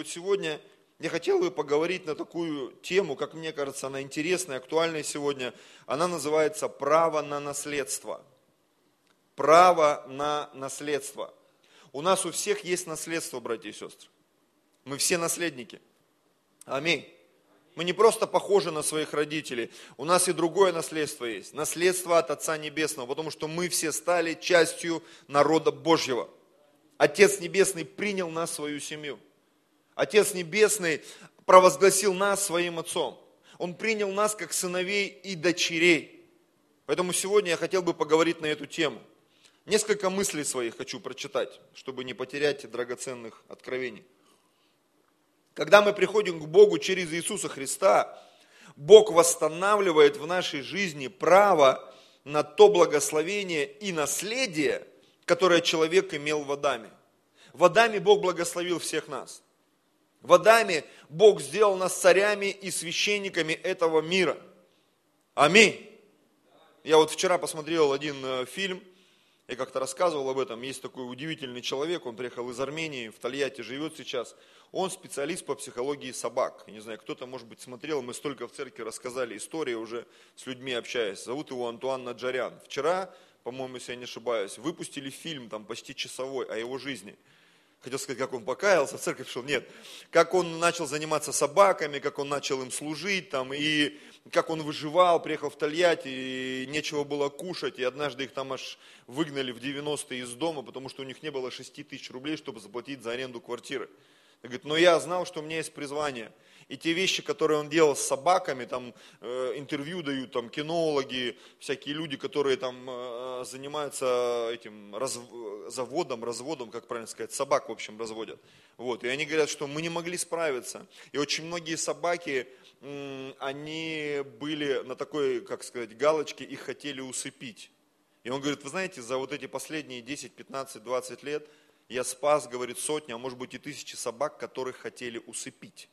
вот сегодня я хотел бы поговорить на такую тему, как мне кажется, она интересная, актуальная сегодня. Она называется «Право на наследство». Право на наследство. У нас у всех есть наследство, братья и сестры. Мы все наследники. Аминь. Мы не просто похожи на своих родителей. У нас и другое наследство есть. Наследство от Отца Небесного, потому что мы все стали частью народа Божьего. Отец Небесный принял нас в свою семью. Отец Небесный провозгласил нас своим Отцом. Он принял нас как сыновей и дочерей. Поэтому сегодня я хотел бы поговорить на эту тему. Несколько мыслей своих хочу прочитать, чтобы не потерять драгоценных откровений. Когда мы приходим к Богу через Иисуса Христа, Бог восстанавливает в нашей жизни право на то благословение и наследие, которое человек имел в Адаме. В Адаме Бог благословил всех нас. В Адаме Бог сделал нас царями и священниками этого мира. Аминь. Я вот вчера посмотрел один фильм, я как-то рассказывал об этом. Есть такой удивительный человек, он приехал из Армении, в Тольятти живет сейчас. Он специалист по психологии собак. Я не знаю, кто-то, может быть, смотрел, мы столько в церкви рассказали истории уже с людьми общаясь. Зовут его Антуан Наджарян. Вчера, по-моему, если я не ошибаюсь, выпустили фильм там почти часовой о его жизни. Хотел сказать, как он покаялся, в церковь шел. Нет. Как он начал заниматься собаками, как он начал им служить, там, и как он выживал, приехал в Тольятти, и нечего было кушать, и однажды их там аж выгнали в 90-е из дома, потому что у них не было 6 тысяч рублей, чтобы заплатить за аренду квартиры. Он говорит, но я знал, что у меня есть призвание. И те вещи, которые он делал с собаками, там интервью дают, там кинологи, всякие люди, которые там занимаются этим разводом, как правильно сказать, собак, в общем, разводят. Вот. И они говорят, что мы не могли справиться. И очень многие собаки, они были на такой, как сказать, галочке, их хотели усыпить. И он говорит, вы знаете, за вот эти последние 10, 15, 20 лет я спас, говорит, сотни, а может быть и тысячи собак, которых хотели усыпить.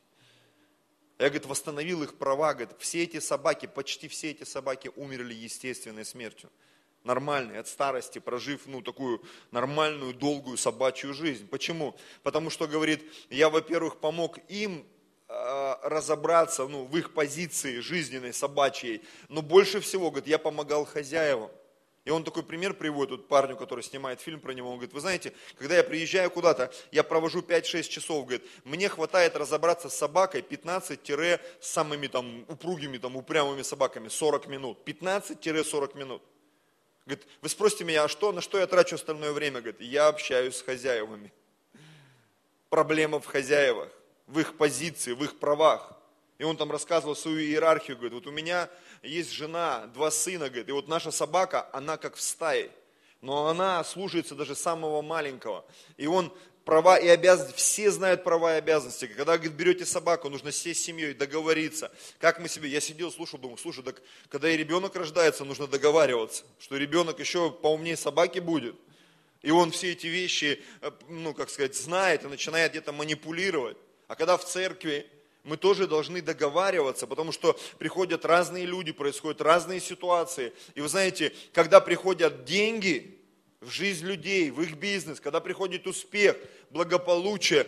Я, говорит, восстановил их права, говорит, все эти собаки, почти все эти собаки умерли естественной смертью. Нормальной, от старости, прожив, такую нормальную, долгую собачью жизнь. Почему? Потому что, говорит, я, во-первых, помог им разобраться, в их позиции жизненной, собачьей, но больше всего, говорит, я помогал хозяевам. И он такой пример приводит вот парню, который снимает фильм про него. Он говорит, вы знаете, когда я приезжаю куда-то, я провожу 5-6 часов, говорит, мне хватает разобраться с собакой 15- с самыми там упругими, там упрямыми собаками 40 минут. 15-40 минут. Говорит, вы спросите меня, на что я трачу остальное время? Говорит, я общаюсь с хозяевами. Проблема в хозяевах, в их позиции, в их правах. И он там рассказывал свою иерархию, говорит, вот у меня есть жена, 2 сына, говорит, и вот наша собака, она как в стае, но она слушается даже самого маленького. И он права и обязанности, все знают права и обязанности. Когда, говорит, берете собаку, нужно сесть с семьей, договориться. Как мы себе, я сидел, слушал, думал, слушай, так когда и ребенок рождается, нужно договариваться, что ребенок еще поумнее собаки будет. И он все эти вещи, знает и начинает где-то манипулировать. А когда в церкви, мы тоже должны договариваться, потому что приходят разные люди, происходят разные ситуации. И вы знаете, когда приходят деньги в жизнь людей, в их бизнес, когда приходит успех, благополучие,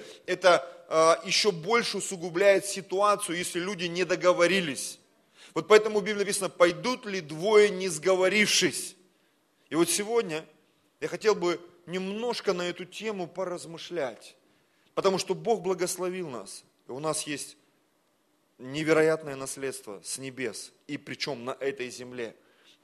это еще больше усугубляет ситуацию, если люди не договорились. Вот поэтому в Библии написано, пойдут ли 2 не сговорившись. И вот сегодня я хотел бы немножко на эту тему поразмышлять, потому что Бог благословил нас, и у нас есть невероятное наследство с небес, и причем на этой земле.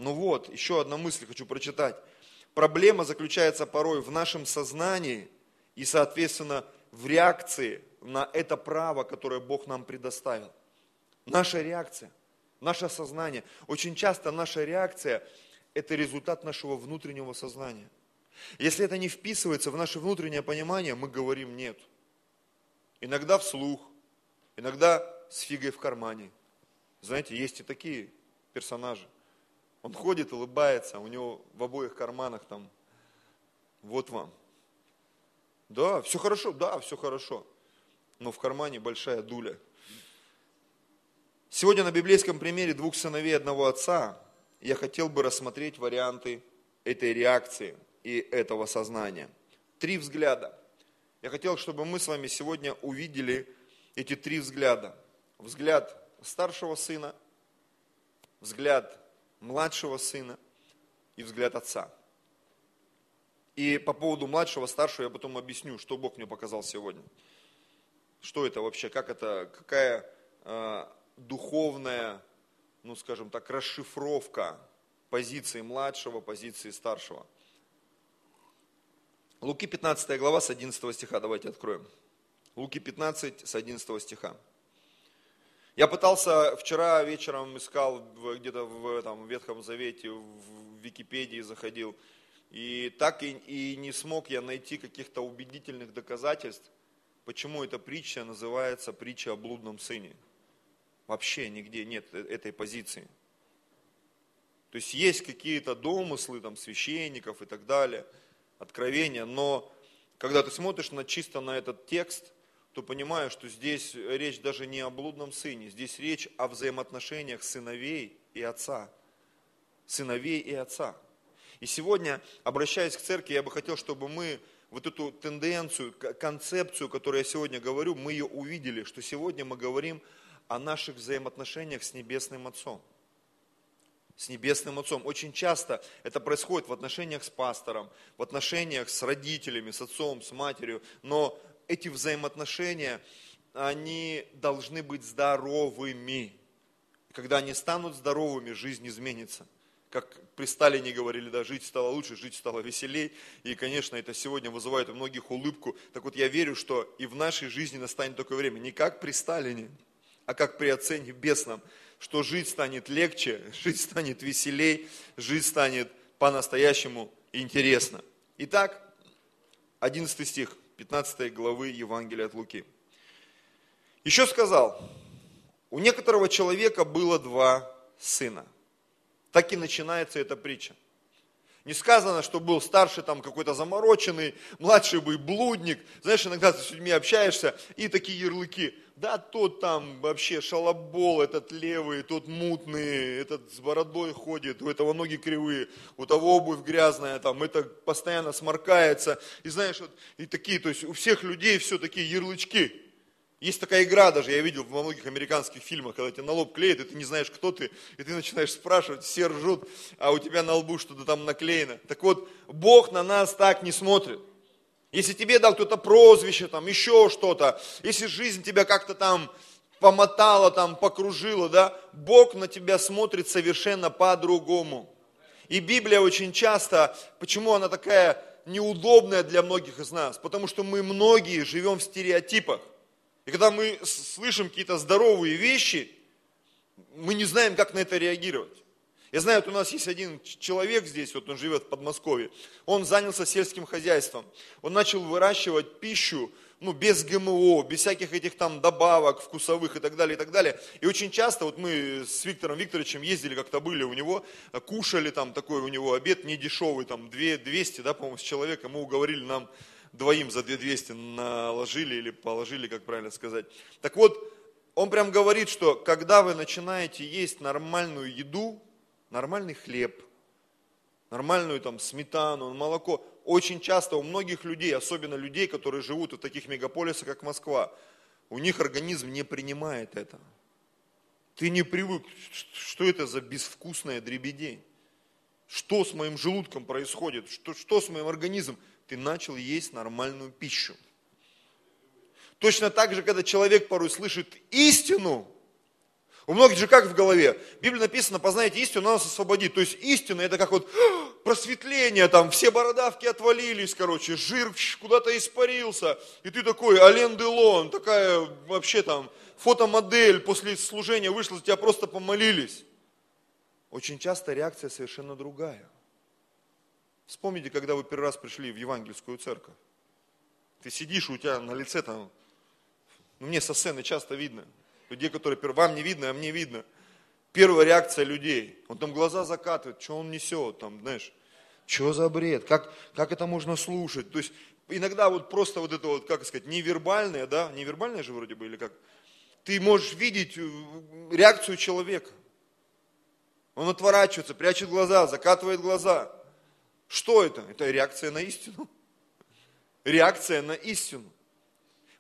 Еще одна мысль хочу прочитать. Проблема заключается порой в нашем сознании и, соответственно, в реакции на это право, которое Бог нам предоставил. Наша реакция, наше сознание. Очень часто наша реакция – это результат нашего внутреннего сознания. Если это не вписывается в наше внутреннее понимание, мы говорим «нет». Иногда вслух, иногда с фигой в кармане. Знаете, есть и такие персонажи. Он ходит, улыбается, у него в обоих карманах там, вот вам. Да, все хорошо. Но в кармане большая дуля. Сегодня на библейском примере 2 сыновей одного отца я хотел бы рассмотреть варианты этой реакции и этого сознания. 3 взгляда. Я хотел, чтобы мы с вами сегодня увидели эти три взгляда. Взгляд старшего сына, взгляд младшего сына и взгляд отца. И по поводу младшего, старшего я потом объясню, что Бог мне показал сегодня. Что это вообще, как это, какая духовная, ну скажем так, расшифровка позиции младшего, позиции старшего. Луки 15 глава с 11 стиха, давайте откроем. Луки 15 с 11 стиха. Я пытался, вчера вечером искал где-то в Ветхом Завете, в Википедии заходил, и так и не смог я найти каких-то убедительных доказательств, почему эта притча называется притча о блудном сыне. Вообще нигде нет этой позиции. То есть есть какие-то домыслы там, священников и так далее, откровения, но когда ты смотришь чисто на этот текст, то понимаешь, что здесь речь даже не о блудном сыне, здесь речь о взаимоотношениях сыновей и отца. Сыновей и отца. И сегодня, обращаясь к церкви, я бы хотел, чтобы мы вот эту тенденцию, концепцию, которую я сегодня говорю, мы ее увидели, что сегодня мы говорим о наших взаимоотношениях с Небесным Отцом. С Небесным Отцом. Очень часто это происходит в отношениях с пастором, в отношениях с родителями, с отцом, с матерью, но эти взаимоотношения, они должны быть здоровыми. Когда они станут здоровыми, жизнь изменится. Как при Сталине говорили, да, жить стало лучше, жить стало веселей. И, конечно, это сегодня вызывает у многих улыбку. Так вот, я верю, что и в нашей жизни настанет такое время, не как при Сталине, а как при Отце Небесном, что жить станет легче, жить станет веселей, жить станет по-настоящему интересно. Итак, 11 стих 15 главы Евангелия от Луки. Еще сказал, у некоторого человека было 2 сына. Так и начинается эта притча. Не сказано, что был старший там какой-то замороченный, младший был блудник. Знаешь, иногда ты с людьми общаешься, и такие ярлыки. Да, тот там вообще шалобол, этот левый, тот мутный, этот с бородой ходит, у этого ноги кривые, у того обувь грязная, там, это постоянно сморкается. И знаешь, вот, и такие, то есть у всех людей все такие ярлычки. Есть такая игра даже, я видел во многих американских фильмах, когда тебе на лоб клеят, и ты не знаешь, кто ты, и ты начинаешь спрашивать, все ржут, а у тебя на лбу что-то там наклеено. Так вот, Бог на нас так не смотрит. Если тебе дал кто-то прозвище, там, еще что-то, если жизнь тебя как-то там помотала, там, покружила, да, Бог на тебя смотрит совершенно по-другому. И Библия очень часто, почему она такая неудобная для многих из нас? Потому что мы многие живем в стереотипах. И когда мы слышим какие-то здоровые вещи, мы не знаем, как на это реагировать. Я знаю, вот у нас есть один человек здесь, вот он живет в Подмосковье, он занялся сельским хозяйством. Он начал выращивать пищу, ну, без ГМО, без всяких этих там добавок вкусовых и так далее, и так далее. И очень часто, вот мы с Виктором Викторовичем ездили, как-то были у него, кушали там такой у него обед недешевый, там 200, да, по-моему, с человека, мы уговорили нам двоим за 2200 наложили или положили, как правильно сказать. Так вот, он прям говорит, что когда вы начинаете есть нормальную еду, нормальный хлеб, нормальную там сметану, молоко, очень часто у многих людей, особенно людей, которые живут в таких мегаполисах, как Москва, у них организм не принимает это. Ты не привык, что это за безвкусная дребедень? Что с моим желудком происходит? Что с моим организмом? Ты начал есть нормальную пищу. Точно так же, когда человек порой слышит истину, у многих же как в голове? В Библии написано, познаете истину, она нас освободит. То есть истина это как вот просветление, там все бородавки отвалились, короче, жир куда-то испарился. И ты такой, Ален Делон, такая вообще там фотомодель, после служения вышла, за тебя просто помолились. Очень часто реакция совершенно другая. Вспомните, когда вы первый раз пришли в евангельскую церковь. Ты сидишь, у тебя на лице там, ну мне со сцены часто видно, людей, которые вам не видно, а мне видно. Первая реакция людей, он там глаза закатывает, что он несет, там, знаешь, что за бред, как это можно слушать. То есть иногда вот просто вот это вот, как сказать, невербальное, да, невербальное же вроде бы, или как, ты можешь видеть реакцию человека. Он отворачивается, прячет глаза, закатывает глаза. Что это? Это реакция на истину. Реакция на истину.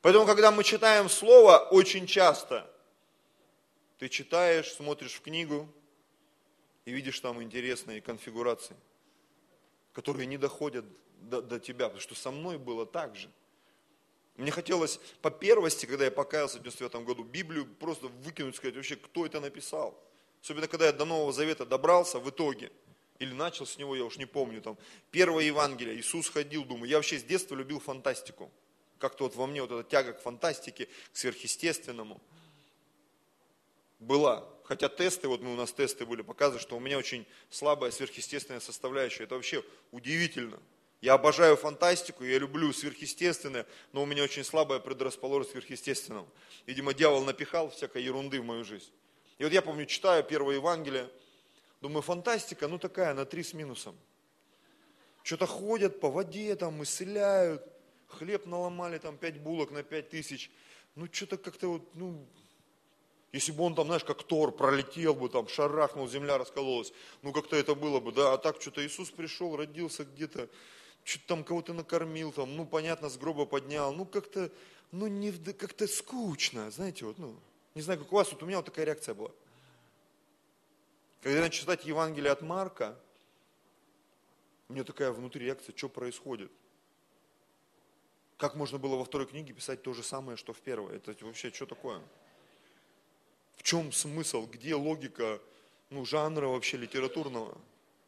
Поэтому, когда мы читаем Слово, очень часто ты читаешь, смотришь в книгу и видишь там интересные конфигурации, которые не доходят до тебя, потому что со мной было так же. Мне хотелось по первости, когда я покаялся в 99 году, Библию просто выкинуть, сказать, вообще, кто это написал. Особенно, когда я до Нового Завета добрался в итоге, или начал с него, я уж не помню, там, первое Евангелие, Иисус ходил, думаю, я вообще с детства любил фантастику. Как-то вот во мне вот эта тяга к фантастике, к сверхъестественному была. Хотя тесты, вот у нас тесты были, показывают, что у меня очень слабая сверхъестественная составляющая. Это вообще удивительно. Я обожаю фантастику, я люблю сверхъестественное, но у меня очень слабая предрасположенность к сверхъестественному. Видимо, дьявол напихал всякой ерунды в мою жизнь. И вот я помню, читаю первое Евангелие, думаю, фантастика, ну такая, на 3 с минусом. Что-то ходят по воде, там исцеляют, хлеб наломали, там 5 булок на 5000. Ну что-то как-то вот, если бы он там, знаешь, как Тор пролетел бы, там шарахнул, земля раскололась, ну как-то это было бы, да, а так что-то Иисус пришел, родился где-то, что-то там кого-то накормил, там, ну понятно, с гроба поднял, ну как-то, ну не, как-то скучно, знаете, вот, не знаю, как у вас, вот у меня вот такая реакция была. Когда я начал читать Евангелие от Марка, у меня такая внутри реакция, что происходит? Как можно было во второй книге писать то же самое, что в первой? Это вообще что такое? В чем смысл? Где логика, жанра вообще литературного?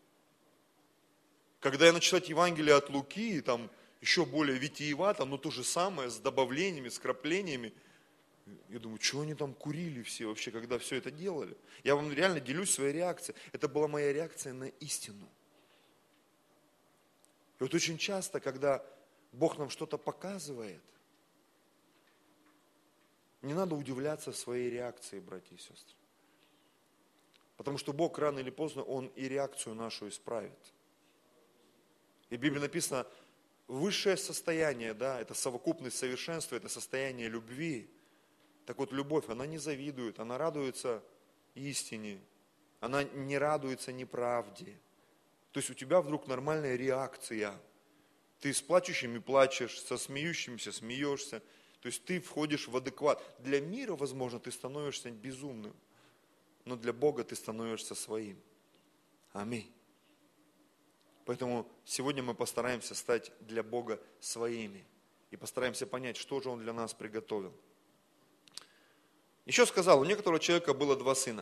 Когда я начал читать Евангелие от Луки, там еще более витиевато, но то же самое, с добавлениями, с краплениями, я думаю, что они там курили все вообще, когда все это делали? Я вам реально делюсь своей реакцией. Это была моя реакция на истину. И вот очень часто, когда Бог нам что-то показывает, не надо удивляться своей реакции, братья и сестры. Потому что Бог рано или поздно, Он и реакцию нашу исправит. И в Библии написано, высшее состояние, да, это совокупность совершенства, это состояние любви. Так вот, любовь, она не завидует, она радуется истине, она не радуется неправде. То есть у тебя вдруг нормальная реакция. Ты с плачущими плачешь, со смеющимися смеешься. То есть ты входишь в адекват. Для мира, возможно, ты становишься безумным, но для Бога ты становишься своим. Аминь. Поэтому сегодня мы постараемся стать для Бога своими. И постараемся понять, что же Он для нас приготовил. Еще сказал, у некоторого человека было 2 сына.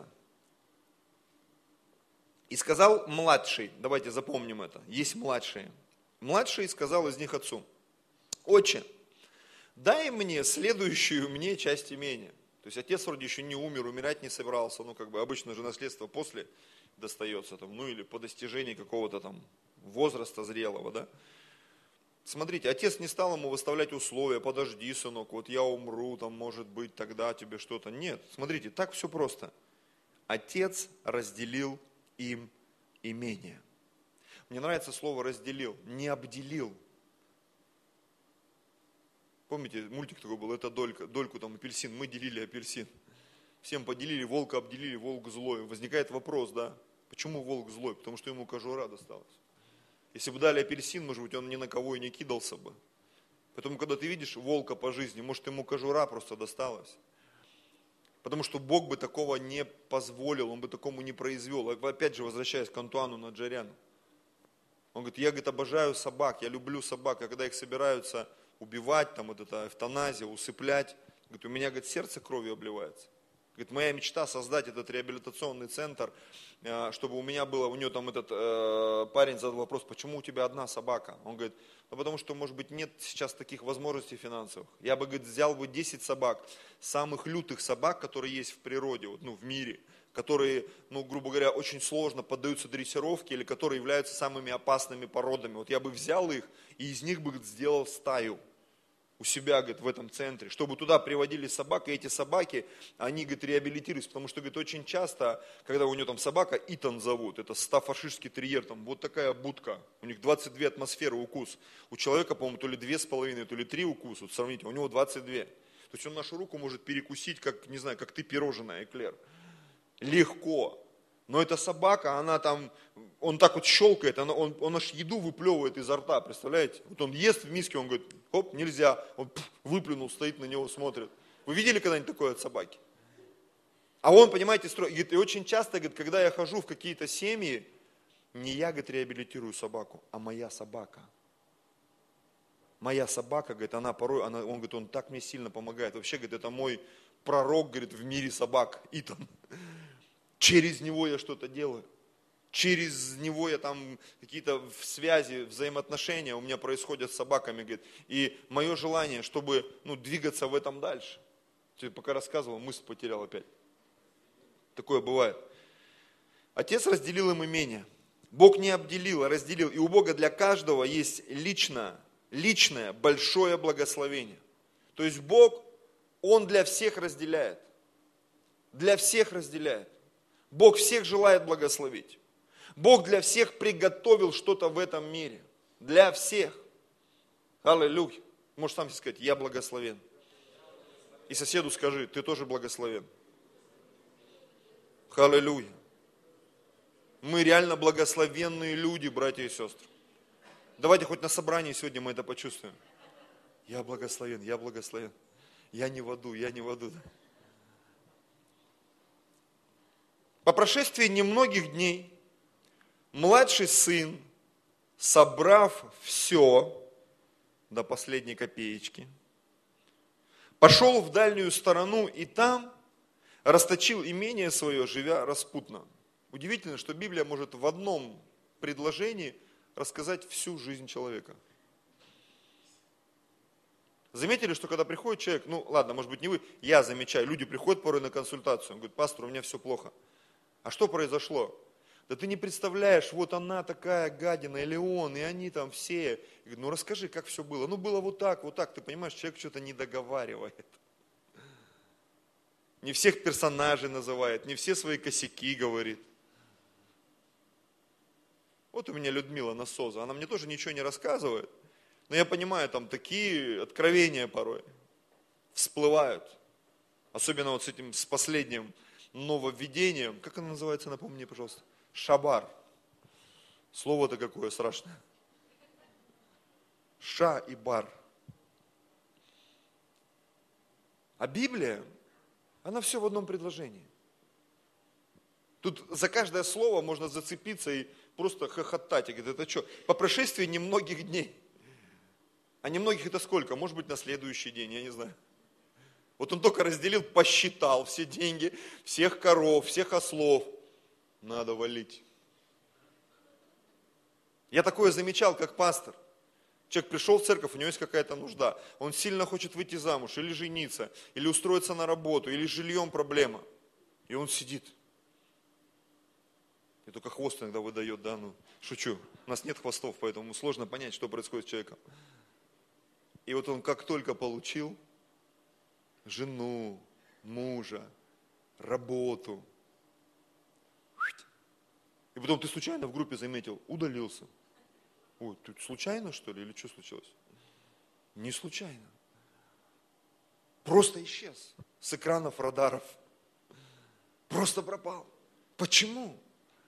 И сказал младший, давайте запомним это, есть младшие. Младший сказал из них отцу, отче, дай мне следующую мне часть имения. То есть отец вроде еще не умер, умирать не собирался, обычно же наследство после достается, или по достижении какого-то там возраста зрелого, да. Смотрите, отец не стал ему выставлять условия, подожди, сынок, вот я умру, может быть, тогда тебе что-то. Нет, смотрите, так все просто. Отец разделил им имение. Мне нравится слово разделил, не обделил. Помните, мультик такой был, это дольку апельсин, мы делили апельсин. Всем поделили, волка обделили, волк злой. Возникает вопрос, да, почему волк злой? Потому что ему кожура досталась. Если бы дали апельсин, может быть, он ни на кого и не кидался бы. Поэтому, когда ты видишь волка по жизни, может, ему кожура просто досталась. Потому что Бог бы такого не позволил, Он бы такому не произвел. Опять же, возвращаясь к Антуану Наджаряну. Он говорит, я обожаю собак, я люблю собак, а когда их собираются убивать, это эвтаназия, усыплять, говорит, у меня, сердце кровью обливается. Говорит, моя мечта создать этот реабилитационный центр, чтобы у него этот парень задал вопрос, почему у тебя одна собака? Он говорит, потому что, может быть, нет сейчас таких возможностей финансовых. Я бы, взял 10 собак, самых лютых собак, которые есть в природе, в мире, которые, грубо говоря, очень сложно поддаются дрессировке или которые являются самыми опасными породами. Вот я бы взял их и из них бы, сделал стаю. У себя, в этом центре, чтобы туда приводили собак, и эти собаки, они, реабилитируются, потому что, очень часто, когда у него собака, Итан зовут, это стаффордширский терьер, вот такая будка, у них 22 атмосферы укус, у человека, по-моему, то ли 2,5, то ли 3 укуса, вот сравните, у него 22, то есть он нашу руку может перекусить, как, не знаю, как ты пирожное, эклер, легко, Но эта собака, она там, он так вот щелкает, он аж еду выплевывает изо рта, представляете? Вот он ест в миске, он говорит, хоп, нельзя. Он выплюнул, стоит на него, смотрит. Вы видели когда-нибудь такое от собаки? А он, понимаете, говорит, и очень часто, говорит, когда я хожу в какие-то семьи, не я, говорит, реабилитирую собаку, а моя собака. Моя собака, говорит, она порой, он говорит, он так мне сильно помогает. Вообще, говорит, это мой пророк, говорит, в мире собак, Итан. Через него я что-то делаю. Через него я там какие-то связи, взаимоотношения у меня происходят с собаками, говорит. И мое желание, чтобы двигаться в этом дальше. Я пока рассказывал, мысль потерял опять. Такое бывает. Отец разделил им имение. Бог не обделил, а разделил. И у Бога для каждого есть личное большое благословение. То есть Бог, Он для всех разделяет. Для всех разделяет. Бог всех желает благословить. Бог для всех приготовил что-то в этом мире. Для всех. Аллилуйя. Можешь сам сказать, я благословен. И соседу скажи, ты тоже благословен. Аллилуйя. Мы реально благословенные люди, братья и сестры. Давайте хоть на собрании сегодня мы это почувствуем. Я благословен, я благословен. Я не в аду, я не в аду. По прошествии немногих дней младший сын, собрав все до последней копеечки, пошел в дальнюю сторону и там расточил имение свое, живя распутно. Удивительно, что Библия может в одном предложении рассказать всю жизнь человека. Заметили, что когда приходит человек, ладно, может быть не вы, я замечаю, люди приходят порой на консультацию, он говорит, пастор, у меня все плохо. А что произошло? Да ты не представляешь, вот она такая гадина, или он, и они там все. Я говорю, расскажи, как все было. Было вот так, ты понимаешь, человек что-то не договаривает. Не всех персонажей называет, не все свои косяки говорит. Вот у меня Людмила Насоза, она мне тоже ничего не рассказывает, но я понимаю, там такие откровения порой всплывают. Особенно вот с последним нововведением, как оно называется, напомни мне, пожалуйста, шабар. Слово-то какое страшное. Ша и бар. А Библия, она все в одном предложении. Тут за каждое слово можно зацепиться и просто хохотать. И говорит, это что? По прошествии немногих дней. А немногих это сколько? Может быть, на следующий день, я не знаю. Вот он только разделил, посчитал все деньги, всех коров, всех ослов. Надо валить. Я такое замечал, как пастор. Человек пришел в церковь, у него есть какая-то нужда. Он сильно хочет выйти замуж, или жениться, или устроиться на работу, или с жильем проблема. И он сидит. И только хвост иногда выдает, да, шучу. У нас нет хвостов, поэтому сложно понять, что происходит с человеком. И вот он как только получил жену, мужа, работу. И потом ты случайно в группе заметил, удалился. Ой, ты случайно что ли, или что случилось? Не случайно. Просто исчез с экранов радаров. Просто пропал. Почему?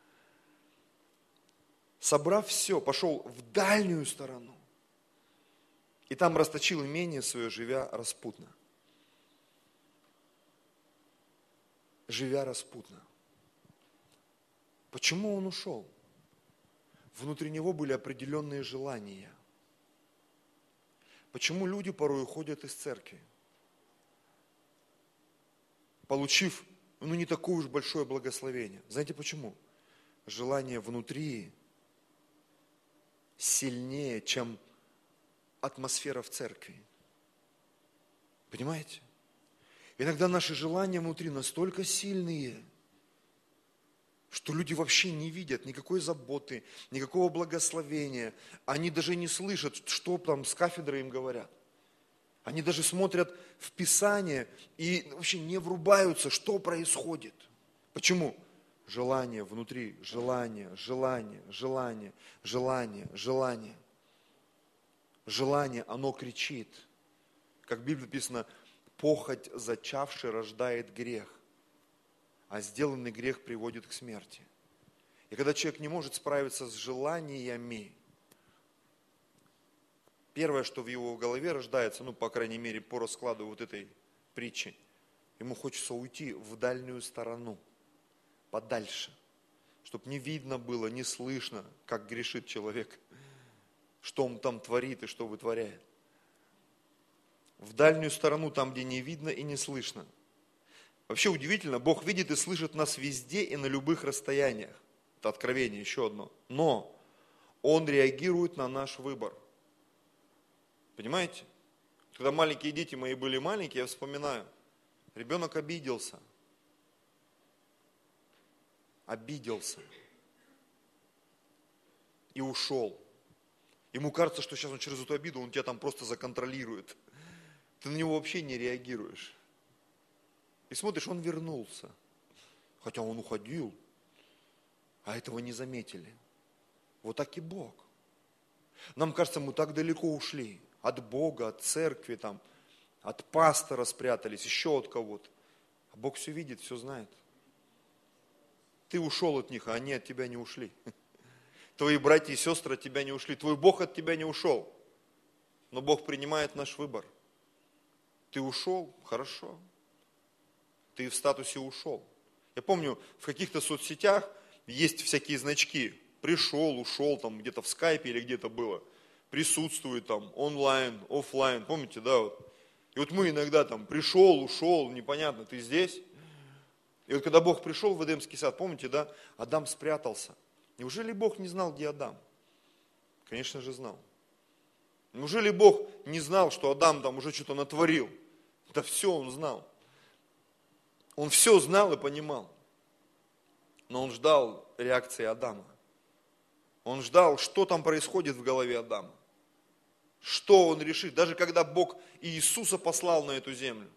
Собрав все, пошел в дальнюю сторону. И там расточил имение свое, живя распутно. Живя распутно. Почему он ушел? Внутри него были определенные желания. Почему люди порой уходят из церкви? Получив, не такое уж большое благословение. Знаете почему? Желание внутри сильнее, чем атмосфера в церкви. Понимаете? Иногда наши желания внутри настолько сильные, что люди вообще не видят никакой заботы, никакого благословения. Они даже не слышат, что там с кафедры им говорят. Они даже смотрят в Писание и вообще не врубаются, что происходит. Почему? Желание внутри, желание, желание, желание, желание, желание. Желание, оно кричит. Как в Библии написано, похоть зачавший рождает грех. а сделанный грех приводит к смерти. И когда человек не может справиться с желаниями, первое, что в его голове рождается, по крайней мере, по раскладу вот этой притчи, ему хочется уйти в дальнюю сторону, подальше, чтобы не видно было, не слышно, как грешит человек, что он там творит и что вытворяет. В дальнюю сторону, там, где не видно и не слышно. Вообще удивительно, Бог видит и слышит нас везде и на любых расстояниях. Это откровение, еще одно. Но Он реагирует на наш выбор. Понимаете? Когда маленькие дети мои были маленькие, я вспоминаю, ребенок обиделся. Обиделся. И ушел. Ему кажется, что сейчас он через эту обиду, он тебя там просто законтролирует. Ты на него вообще не реагируешь. И смотришь, он вернулся. Хотя он уходил. А этого не заметили. Вот так и Бог. Нам кажется, мы так далеко ушли. От Бога, от церкви, там, от пастора спрятались, еще от кого-то. А Бог все видит, все знает. Ты ушел от них, а они от тебя не ушли. Твои братья и сестры от тебя не ушли. Твой Бог от тебя не ушел. Но Бог принимает наш выбор. Ты ушел? Хорошо. Ты в статусе ушел. Я помню, в каких-то соцсетях есть всякие значки. Пришел, ушел, там где-то в скайпе или где-то было. Присутствует там онлайн, офлайн. Помните, да? Вот. И вот мы иногда там пришел, ушел, непонятно, ты здесь? И вот когда Бог пришел в Эдемский сад, помните, да? Адам спрятался. Неужели Бог не знал, где Адам? Конечно же знал. Неужели Бог не знал, что Адам там уже что-то натворил? Да все он знал. Он все знал и понимал. Но он ждал реакции Адама. Он ждал, что там происходит в голове Адама. Что он решит. Даже когда Бог Иисуса послал на эту землю.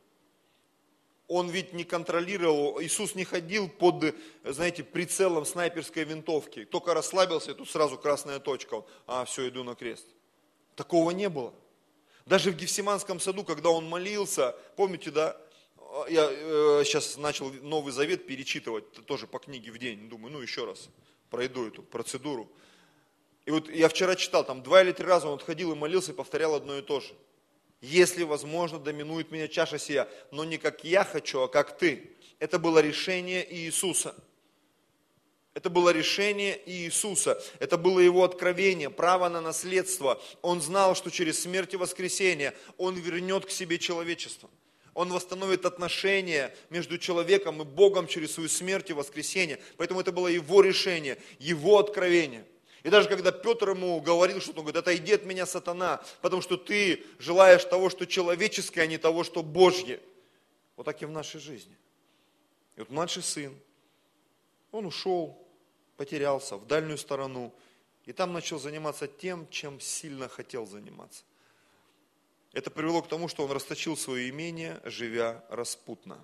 Он ведь не контролировал, Иисус не ходил под, знаете, прицелом снайперской винтовки. Только расслабился, и тут сразу красная точка. Все, иду на крест. Такого не было. Даже в Гефсиманском саду, когда он молился, помните, да, я сейчас начал Новый Завет перечитывать, тоже по книге в день, думаю, еще раз пройду эту процедуру. И вот я вчера читал, там 2 или 3 раза он ходил и молился и повторял одно и то же. Если возможно, доминует меня чаша сия, но не как я хочу, а как ты. Это было решение Иисуса. Это было решение Иисуса. Это было Его откровение, право на наследство. Он знал, что через смерть и воскресение Он вернет к себе человечество. Он восстановит отношения между человеком и Богом через свою смерть и воскресение. Поэтому это было Его решение, Его откровение. И даже когда Петр ему говорил, что он говорит, отойди от меня, сатана, потому что ты желаешь того, что человеческое, а не того, что Божье. Вот так и в нашей жизни. И вот младший сын, он ушел, потерялся в дальнюю сторону, и там начал заниматься тем, чем сильно хотел заниматься. Это привело к тому, что он расточил свое имение, живя распутно.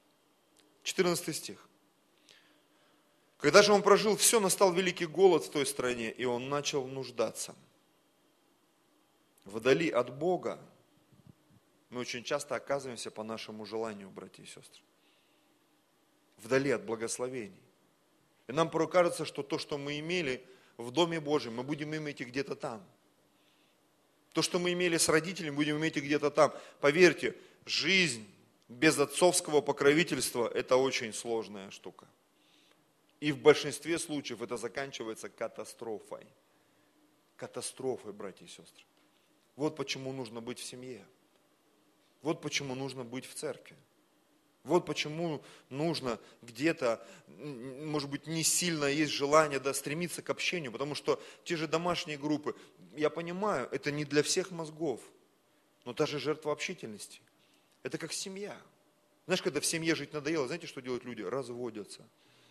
14 стих. Когда же он прожил все, настал великий голод в той стране, и он начал нуждаться. Вдали от Бога мы очень часто оказываемся по нашему желанию, братья и сестры. Вдали от благословений. И нам порой кажется, что то, что мы имели в Доме Божьем, мы будем иметь и где-то там. То, что мы имели с родителями, будем иметь и где-то там. Поверьте, жизнь без отцовского покровительства – это очень сложная штука. И в большинстве случаев это заканчивается катастрофой. Катастрофой, братья и сестры. Вот почему нужно быть в семье. Вот почему нужно быть в церкви. Вот почему нужно где-то, может быть, не сильно есть желание стремиться к общению, потому что те же домашние группы, я понимаю, это не для всех мозгов, но та же жертва общительности. Это как семья. Знаешь, когда в семье жить надоело, знаете, что делают люди? Разводятся.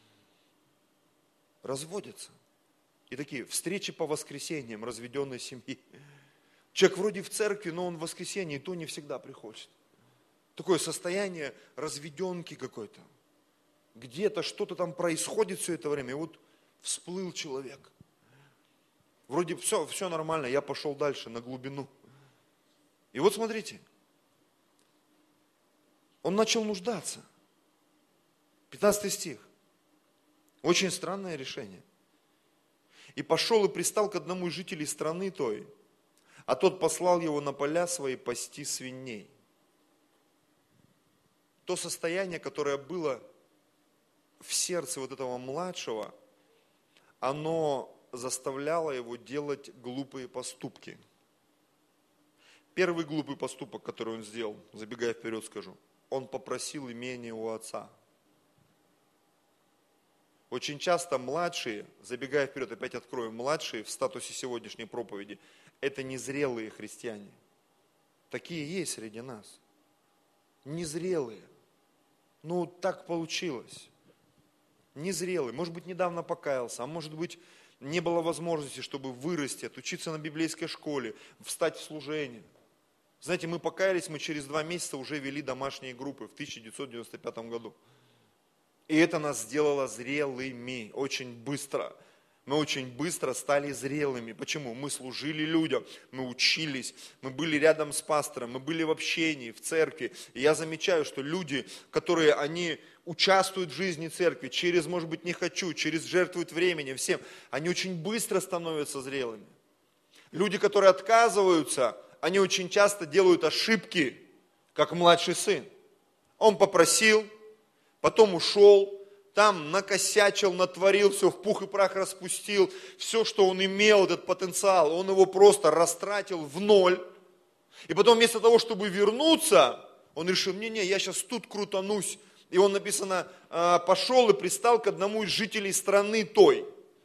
Разводятся. И такие встречи по воскресеньям разведенной семьи. Человек вроде в церкви, но он в воскресенье, и то не всегда приходит. Такое состояние разведенки какой-то. Где-то что-то там происходит все это время, и вот всплыл человек. Вроде все нормально, я пошел дальше, на глубину. И вот смотрите, он начал нуждаться. 15 стих. Очень странное решение. И пошел и пристал к одному из жителей страны той, а тот послал его на поля свои пасти свиней. То состояние, которое было в сердце вот этого младшего, оно заставляло его делать глупые поступки. Первый глупый поступок, который он сделал, забегая вперед скажу, он попросил имение у отца. Очень часто младшие, забегая вперед, опять открою, младшие в статусе сегодняшней проповеди, это незрелые христиане. Такие есть среди нас. Незрелые. Ну, так получилось. Незрелый, может быть, недавно покаялся, а может быть, не было возможности, чтобы вырасти, отучиться на библейской школе, встать в служение. Знаете, мы покаялись, мы через 2 месяца уже вели домашние группы в 1995 году. И это нас сделало зрелыми очень быстро. Мы очень быстро стали зрелыми. Почему? Мы служили людям, мы учились, мы были рядом с пастором, мы были в общении, в церкви. И я замечаю, что люди, которые они участвуют в жизни церкви, через, может быть, не хочу, через жертвуют временем, всем, они очень быстро становятся зрелыми. Люди, которые отказываются, они очень часто делают ошибки, как младший сын. Он попросил, потом ушел, там накосячил, натворил, все в пух и прах распустил, все, что он имел, этот потенциал, он его просто растратил в ноль. И потом вместо того, чтобы вернуться, он решил, не-не, я сейчас тут крутанусь. И он, написано, пошел и пристал к одному из жителей страны той.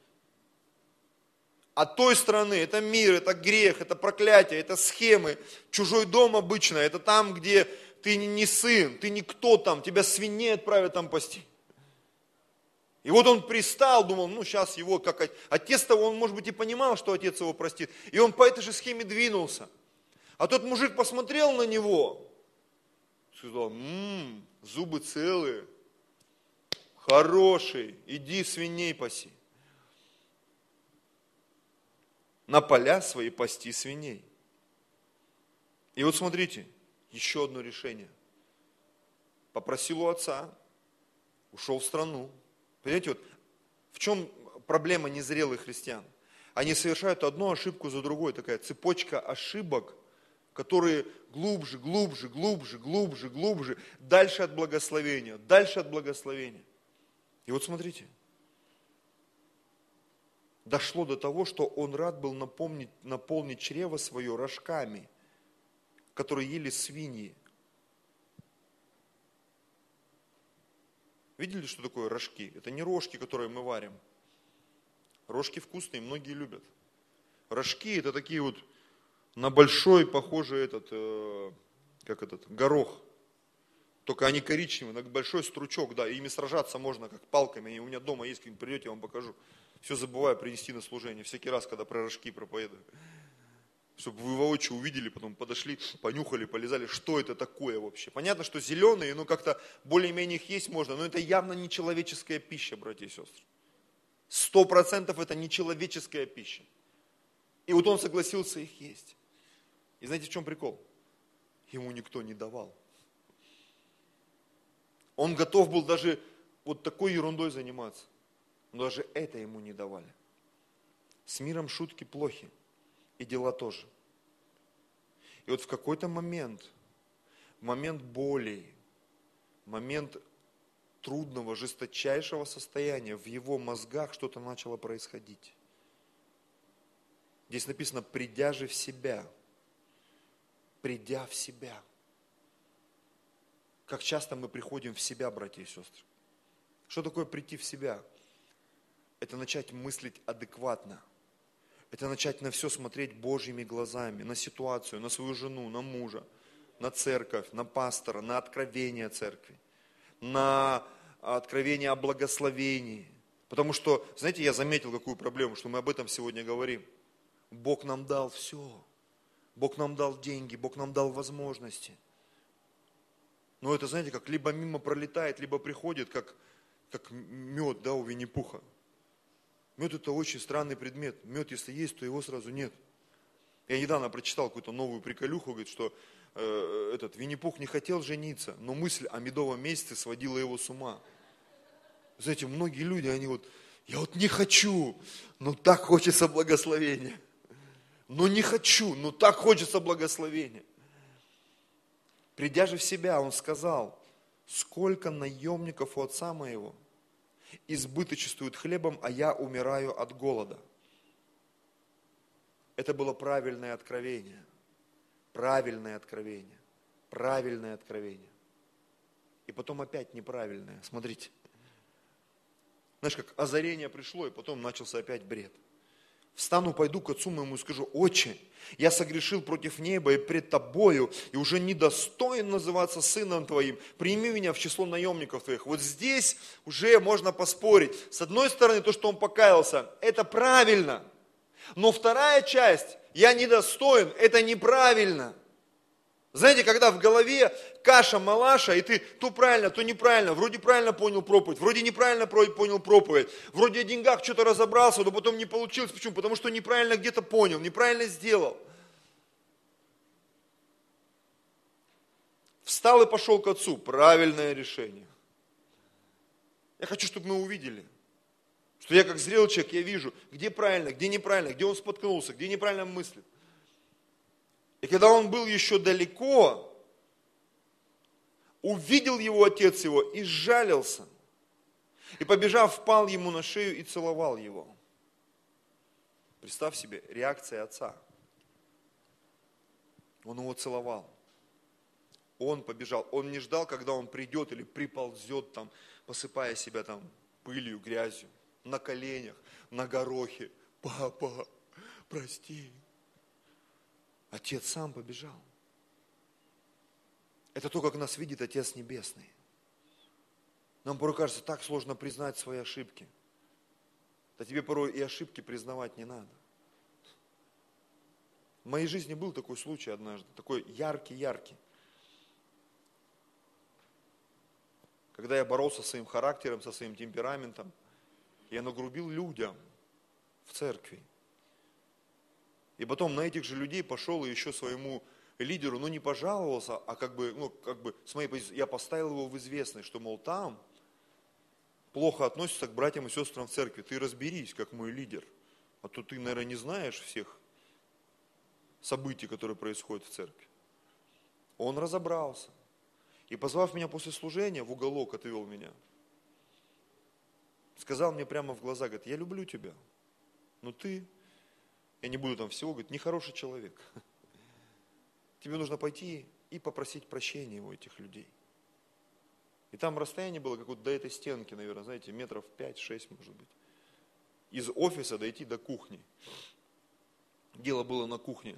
А той страны, это мир, это грех, это проклятие, это схемы. Чужой дом обычно, это там, где ты не сын, ты никто там, тебя свиней отправят там пасти. И вот он пристал, думал, ну сейчас его как отец-то, он может быть и понимал, что отец его простит. И он по этой же схеме двинулся. А тот мужик посмотрел на него, сказал, зубы целые, хороший, иди свиней паси. На поля свои пасти свиней. И вот смотрите, еще одно решение. Попросил у отца, ушел в страну. Понимаете, вот в чем проблема незрелых христиан? Они совершают одну ошибку за другой, такая цепочка ошибок, которые глубже, глубже, глубже, глубже, глубже, дальше от благословения, дальше от благословения. И вот смотрите, дошло до того, что он рад был наполнить чрево свое рожками, которые ели свиньи. Видели, что такое рожки? Это не рожки, которые мы варим. Рожки вкусные, многие любят. Рожки это такие вот на большой, похожий горох. Только они коричневые, на большой стручок, да, ими сражаться можно, как палками. У меня дома есть, как придете, я вам покажу. Все забываю принести на служение, всякий раз, когда про рожки проповедую. Чтобы вы воочию увидели, потом подошли, понюхали, полизали, что это такое вообще. Понятно, что зеленые, но как-то более-менее их есть можно, но это явно не человеческая пища, братья и сестры. 100% это не человеческая пища. И вот он согласился их есть. И знаете, в чем прикол? Ему никто не давал. Он готов был даже вот такой ерундой заниматься. Но даже это ему не давали. С миром шутки плохи. И дела тоже. И вот в какой-то момент боли, момент трудного, жесточайшего состояния, в его мозгах что-то начало происходить. Здесь написано, придя же в себя. Придя в себя. Как часто мы приходим в себя, братья и сестры. Что такое прийти в себя? Это начать мыслить адекватно. Это начать на все смотреть Божьими глазами, на ситуацию, на свою жену, на мужа, на церковь, на пастора, на откровение церкви, на откровение о благословении. Потому что, знаете, я заметил какую проблему, что мы об этом сегодня говорим. Бог нам дал все. Бог нам дал деньги, Бог нам дал возможности. Но это, знаете, как либо мимо пролетает, либо приходит, как мед, да, у Винни-Пуха. Мед это очень странный предмет. Мед, если есть, то его сразу нет. Я недавно прочитал какую-то новую приколюху, говорит, что Винни-Пух не хотел жениться, но мысль о медовом месяце сводила его с ума. Знаете, многие люди, они вот, я вот не хочу, но так хочется благословения. Но не хочу, но так хочется благословения. Придя же в себя, он сказал, сколько наемников у отца моего избыточествуют хлебом, а я умираю от голода. Это было правильное откровение. Правильное откровение. Правильное откровение. И потом опять неправильное. Смотрите. Знаешь, как озарение пришло, и потом начался опять бред. Встану, пойду к отцу моему и скажу, отче, я согрешил против неба и пред тобою, и уже недостоин называться сыном твоим. Прими меня в число наемников твоих. Вот здесь уже можно поспорить. С одной стороны, то, что он покаялся, это правильно. Но вторая часть, я недостоин, это неправильно. Знаете, когда в голове каша-малаша, и ты то правильно, то неправильно, вроде правильно понял проповедь, вроде неправильно понял проповедь, вроде о деньгах что-то разобрался, но потом не получилось. Почему? Потому что неправильно где-то понял, неправильно сделал. Встал и пошел к отцу. Правильное решение. Я хочу, чтобы мы увидели, что я как зрелый человек, я вижу, где правильно, где неправильно, где он споткнулся, где неправильно мыслит. И когда он был еще далеко, увидел его отец его и сжалился. И побежав, впал ему на шею и целовал его. Представь себе, реакция отца. Он его целовал. Он побежал. Он не ждал, когда он придет или приползет, там, посыпая себя там, пылью, грязью. На коленях, на горохе. Папа, прости. Отец сам побежал. Это то, как нас видит Отец Небесный. Нам порой кажется, так сложно признать свои ошибки. Да тебе порой и ошибки признавать не надо. В моей жизни был такой случай однажды, такой яркий. Когда я боролся со своим характером, со своим темпераментом, я нагрубил людям в церкви. И потом на этих же людей пошел и еще своему лидеру, не пожаловался, а как бы с моей позиции, я поставил его в известность, что, мол, там плохо относятся к братьям и сестрам в церкви. Ты разберись, как мой лидер. А то ты, наверное, не знаешь всех событий, которые происходят в церкви. Он разобрался. И, позвав меня после служения, в уголок отвел меня. Сказал мне прямо в глаза, говорит, я люблю тебя, но ты... Я не буду там всего, говорит, нехороший человек. Тебе нужно пойти и попросить прощения у этих людей. И там расстояние было как вот до этой стенки, наверное, знаете, метров 5-6, может быть. Из офиса дойти до кухни. Дело было на кухне.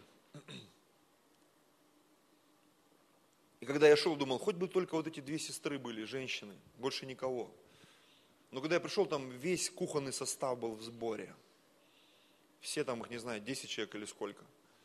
И когда я шел, думал, хоть бы только вот эти две сестры были, женщины, больше никого. Но когда я пришел, там весь кухонный состав был в сборе. Все там, их не знаю, 10 человек или сколько.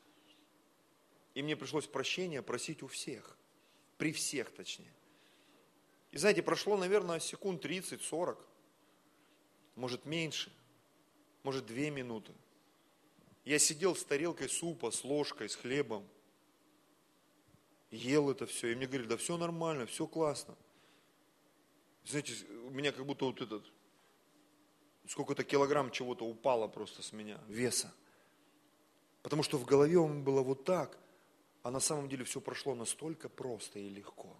И мне пришлось прощения просить у всех. При всех, точнее. И знаете, прошло, наверное, секунд 30-40. Может меньше. Может 2 минуты. Я сидел с тарелкой супа, с ложкой, с хлебом. Ел это все. И мне говорили, да все нормально, все классно. Знаете, у меня как будто вот этот... Сколько-то килограмм чего-то упало просто с меня, веса. Потому что в голове у меня было вот так, а на самом деле все прошло настолько просто и легко.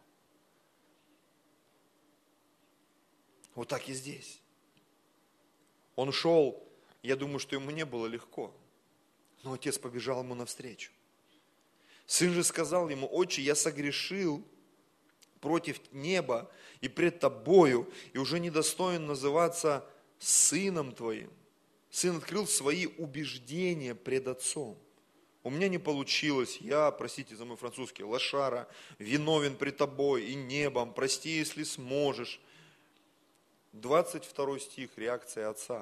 Вот так и здесь. Он шел, я думаю, что ему не было легко, но отец побежал ему навстречу. Сын же сказал ему, отче, я согрешил против неба и пред тобою, и уже недостоин называться сыном твоим. Сын открыл свои убеждения пред отцом. У меня не получилось, я, простите за мой французский, лошара, виновен пред тобой и небом, прости, если сможешь. 22 стих, реакция отца.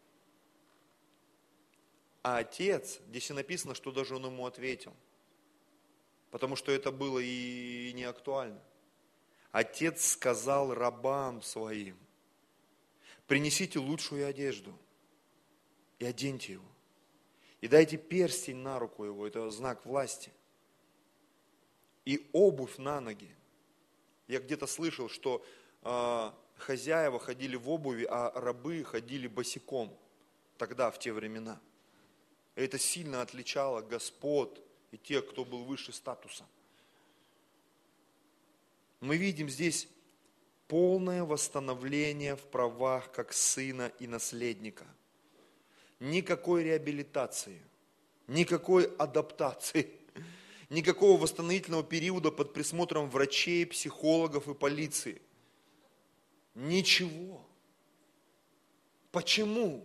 А отец, здесь и написано, что даже он ему ответил, потому что это было и не актуально. Отец сказал рабам своим, принесите лучшую одежду и оденьте его. И дайте перстень на руку его, это знак власти. И обувь на ноги. Я где-то слышал, что хозяева ходили в обуви, а рабы ходили босиком. Тогда, в те времена. И это сильно отличало господ и тех, кто был выше статуса. Мы видим здесь полное восстановление в правах как сына и наследника. Никакой реабилитации, никакой адаптации, никакого восстановительного периода под присмотром врачей, психологов и полиции. Ничего. Почему?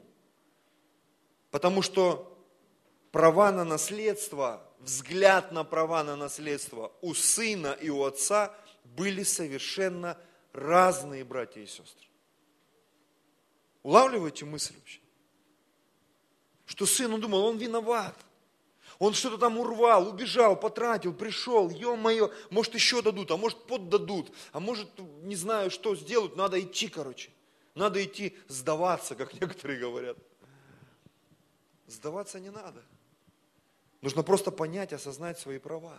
Потому что права на наследство, взгляд на права на наследство у сына и у отца были совершенно разные, братья и сестры. Улавливаете мысль вообще? Что сын, он думал, он виноват. Он что-то там урвал, убежал, потратил, пришел, ё-моё, может еще дадут, а может поддадут, а может, не знаю, что сделают, надо идти, короче. Надо идти сдаваться, как некоторые говорят. Сдаваться не надо. Нужно просто понять, осознать свои права.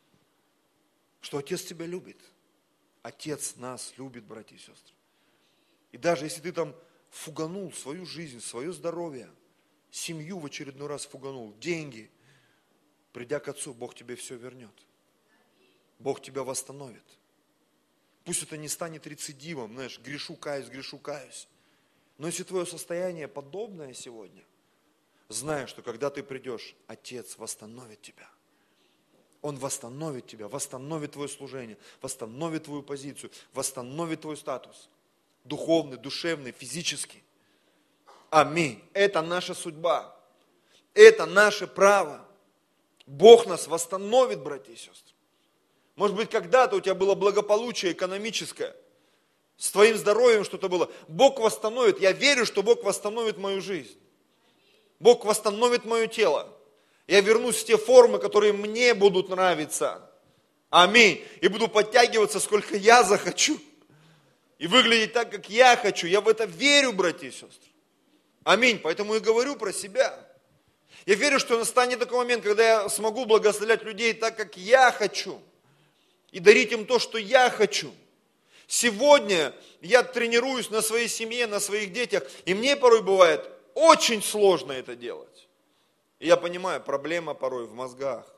Что Отец тебя любит. Отец нас любит, братья и сестры. И даже если ты там фуганул свою жизнь, свое здоровье, семью в очередной раз фуганул, деньги, придя к Отцу, Бог тебе все вернет. Бог тебя восстановит. Пусть это не станет рецидивом, знаешь, грешу, каюсь. Но если твое состояние подобное сегодня, знай, что когда ты придешь, Отец восстановит тебя. Он восстановит тебя, восстановит твое служение, восстановит твою позицию, восстановит твой статус. Духовный, душевный, физический. Аминь. Это наша судьба. Это наше право. Бог нас восстановит, братья и сестры. Может быть, когда-то у тебя было благополучие экономическое, с твоим здоровьем что-то было. Бог восстановит. Я верю, что Бог восстановит мою жизнь. Бог восстановит мое тело. Я вернусь в те формы, которые мне будут нравиться. Аминь. И буду подтягиваться, сколько я захочу. И выглядеть так, как я хочу. Я в это верю, братья и сестры. Аминь. Поэтому и говорю про себя. Я верю, что настанет такой момент, когда я смогу благословлять людей так, как я хочу. И дарить им то, что я хочу. Сегодня я тренируюсь на своей семье, на своих детях. И мне порой бывает очень сложно это делать. И я понимаю, проблема порой в мозгах.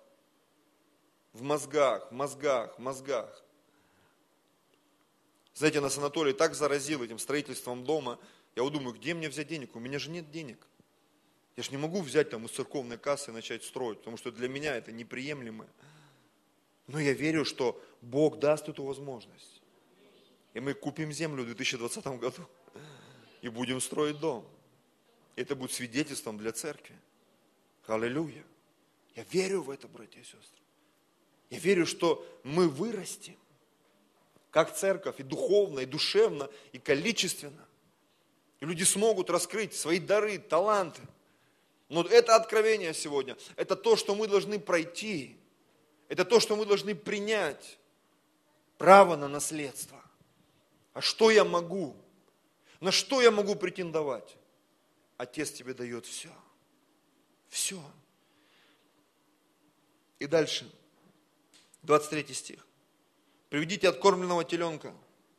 В мозгах. Знаете, нас Анатолий так заразил этим строительством дома. Я вот думаю, где мне взять денег? У меня же нет денег. Я же не могу взять там из церковной кассы и начать строить, потому что для меня это неприемлемо. Но я верю, что Бог даст эту возможность. И мы купим землю в 2020 году и будем строить дом. Это будет свидетельством для церкви. Аллилуйя. Я верю в это, братья и сестры. Я верю, что мы вырастем, как церковь, и духовно, и душевно, и количественно. И люди смогут раскрыть свои дары, таланты. Но это откровение сегодня. Это то, что мы должны пройти. Это то, что мы должны принять. Право на наследство. А что я могу? На что я могу претендовать? Отец тебе дает все. Все. И дальше. 23 стих. Приведите откормленного теленка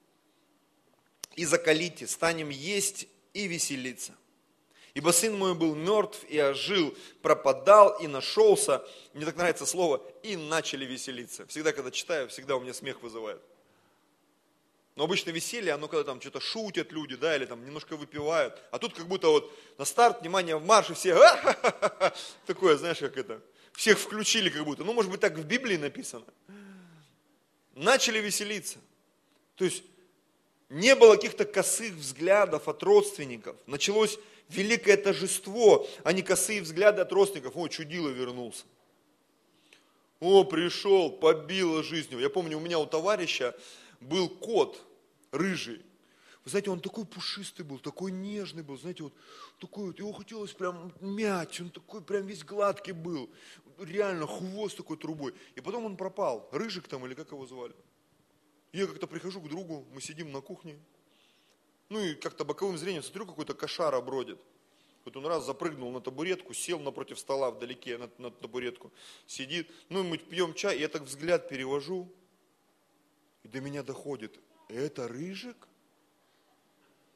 и заколите, станем есть и веселиться. Ибо сын мой был мертв и ожил, пропадал и нашелся. Мне так нравится слово, и начали веселиться. Всегда, когда читаю, всегда у меня смех вызывает. Но обычно веселье, оно когда там что-то шутят люди, да, или там немножко выпивают. А тут как будто вот на старт, внимание, в марш, и все, такое, знаешь, как это, всех включили как будто. Ну, может быть, так в Библии написано. Начали веселиться. То есть, не было каких-то косых взглядов от родственников. Началось великое торжество, а не косые взгляды от родственников. О, чудило вернулся. О, пришел, побило жизнью. Я помню, у меня у товарища был кот рыжий. Вы знаете, он такой пушистый был, такой нежный был, знаете, вот такой вот, его хотелось прям мять, он такой прям весь гладкий был, реально хвост такой трубой. И потом он пропал, Рыжик там или как его звали. Я как-то прихожу к другу, мы сидим на кухне, ну и как-то боковым зрением смотрю, какой-то кошара бродит. Вот он раз запрыгнул на табуретку, сел напротив стола вдалеке на табуретку, сидит, ну и мы пьем чай, и я так взгляд перевожу, и до меня доходит, это Рыжик?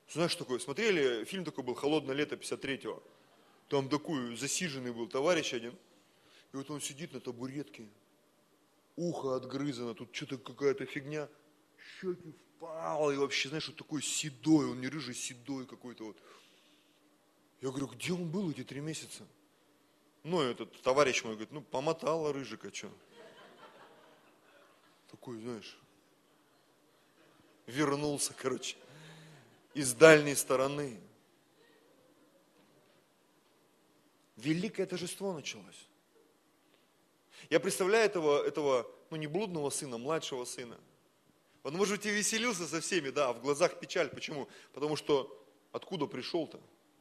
Знаешь, такой, смотрели, фильм такой был «Холодное лето» 53-го. Там такой засиженный был товарищ один. И вот он сидит на табуретке, ухо отгрызано, тут что-то какая-то фигня, щеки впал, и вообще, знаешь, вот такой седой, он не рыжий, седой какой-то вот. Я говорю, где он был эти 3 месяца? Ну, этот товарищ мой говорит, ну, помотала рыжика, что? Такой, знаешь, вернулся, короче, из дальней стороны. Великое торжество началось. Я представляю этого, ну, не блудного сына, младшего сына. Он, может быть, и веселился со всеми, да, а в глазах печаль. Почему? Потому что откуда пришел-то?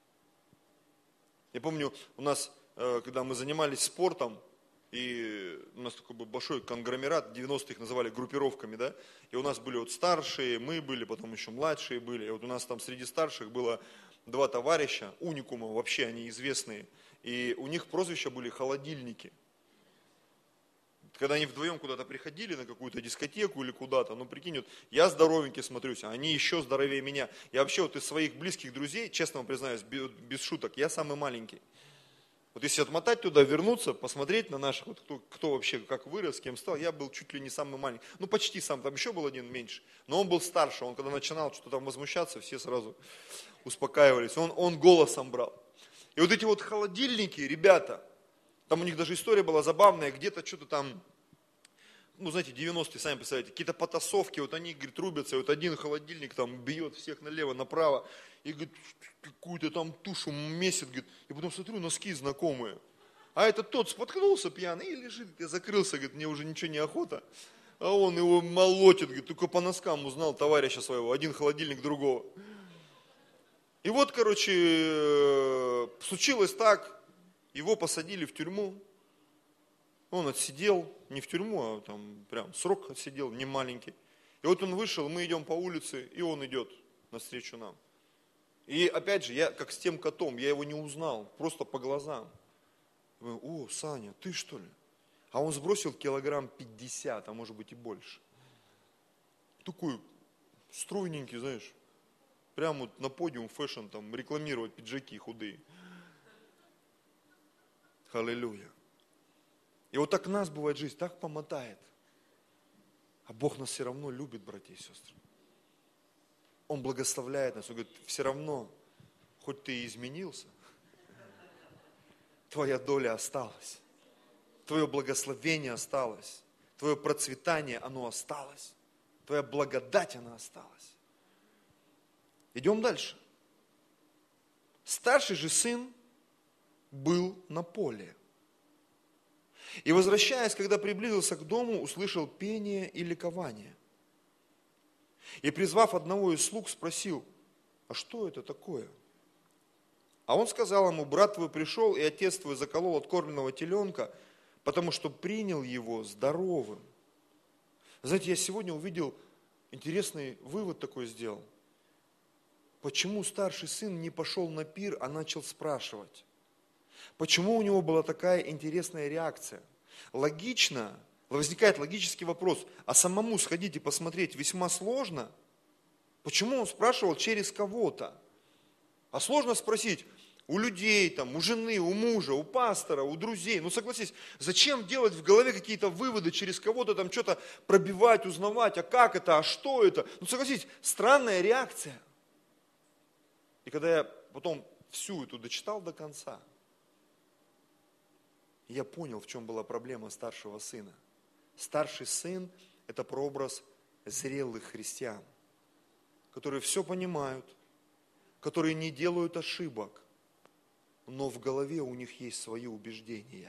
Я помню, у нас, когда мы занимались спортом, и у нас такой был большой конгломерат, 90-х называли группировками, да, и у нас были вот старшие, мы были, потом еще младшие были, и вот у нас там среди старших было 2 товарища, уникума, вообще они известные, и у них прозвища были «холодильники». Когда они вдвоем куда-то приходили на какую-то дискотеку или куда-то, ну прикинь, вот я здоровенький смотрюсь, а они еще здоровее меня. Я вообще вот из своих близких друзей, честно вам признаюсь, без шуток, я самый маленький. Вот если отмотать туда, вернуться, посмотреть на наших, вот кто вообще как вырос, кем стал, я был чуть ли не самый маленький. Ну почти сам, там еще был один меньше, но он был старше, он когда начинал что-то там возмущаться, все сразу успокаивались, он голосом брал. И вот эти вот холодильники, ребята, там у них даже история была забавная, где-то что-то там, ну, знаете, 90-е, сами представляете, какие-то потасовки, вот они, говорит, рубятся, вот один холодильник там бьет всех налево, направо, и, говорит, какую-то там тушу месяц, говорит, и потом смотрю, носки знакомые. А этот тот споткнулся пьяный и лежит, я закрылся, говорит, мне уже ничего не охота. А он его молотит, говорит, только по носкам узнал товарища своего, один холодильник другого. И вот, короче, случилось так, его посадили в тюрьму, он отсидел, не в тюрьму, а там прям срок отсидел, не маленький. И вот он вышел, мы идем по улице, и он идет навстречу нам. И опять же, я как с тем котом, я его не узнал, просто по глазам. Я говорю, о, Саня, ты что ли? А он сбросил килограмм 50, а может быть и больше. Такой стройненький, знаешь, прямо вот на подиум фэшн, там, рекламировать пиджаки худые. Аллилуйя. И вот так нас бывает жизнь, так помотает. А Бог нас все равно любит, братья и сестры. Он благословляет нас, Он говорит, все равно, хоть ты и изменился, твоя доля осталась. Твое благословение осталось. Твое процветание, оно осталось. Твоя благодать, она осталась. Идем дальше. Старший же сын был на поле. И, возвращаясь, когда приблизился к дому, услышал пение и ликование. И, призвав одного из слуг, спросил, а что это такое? А он сказал ему, брат твой пришел, и отец твой заколол откормленного теленка, потому что принял его здоровым. Знаете, я сегодня увидел, интересный вывод такой сделал. Почему старший сын не пошел на пир, а начал спрашивать? Почему у него была такая интересная реакция? Логично, возникает логический вопрос, а самому сходить и посмотреть весьма сложно? Почему он спрашивал через кого-то? А сложно спросить у людей, там, у жены, у мужа, у пастора, у друзей. Ну согласись, зачем делать в голове какие-то выводы, через кого-то там что-то пробивать, узнавать, а как это, а что это? Ну согласись, странная реакция. И когда я потом всю эту дочитал до конца, я понял, в чем была проблема старшего сына. Старший сын – это прообраз зрелых христиан, которые все понимают, которые не делают ошибок, но в голове у них есть свои убеждения.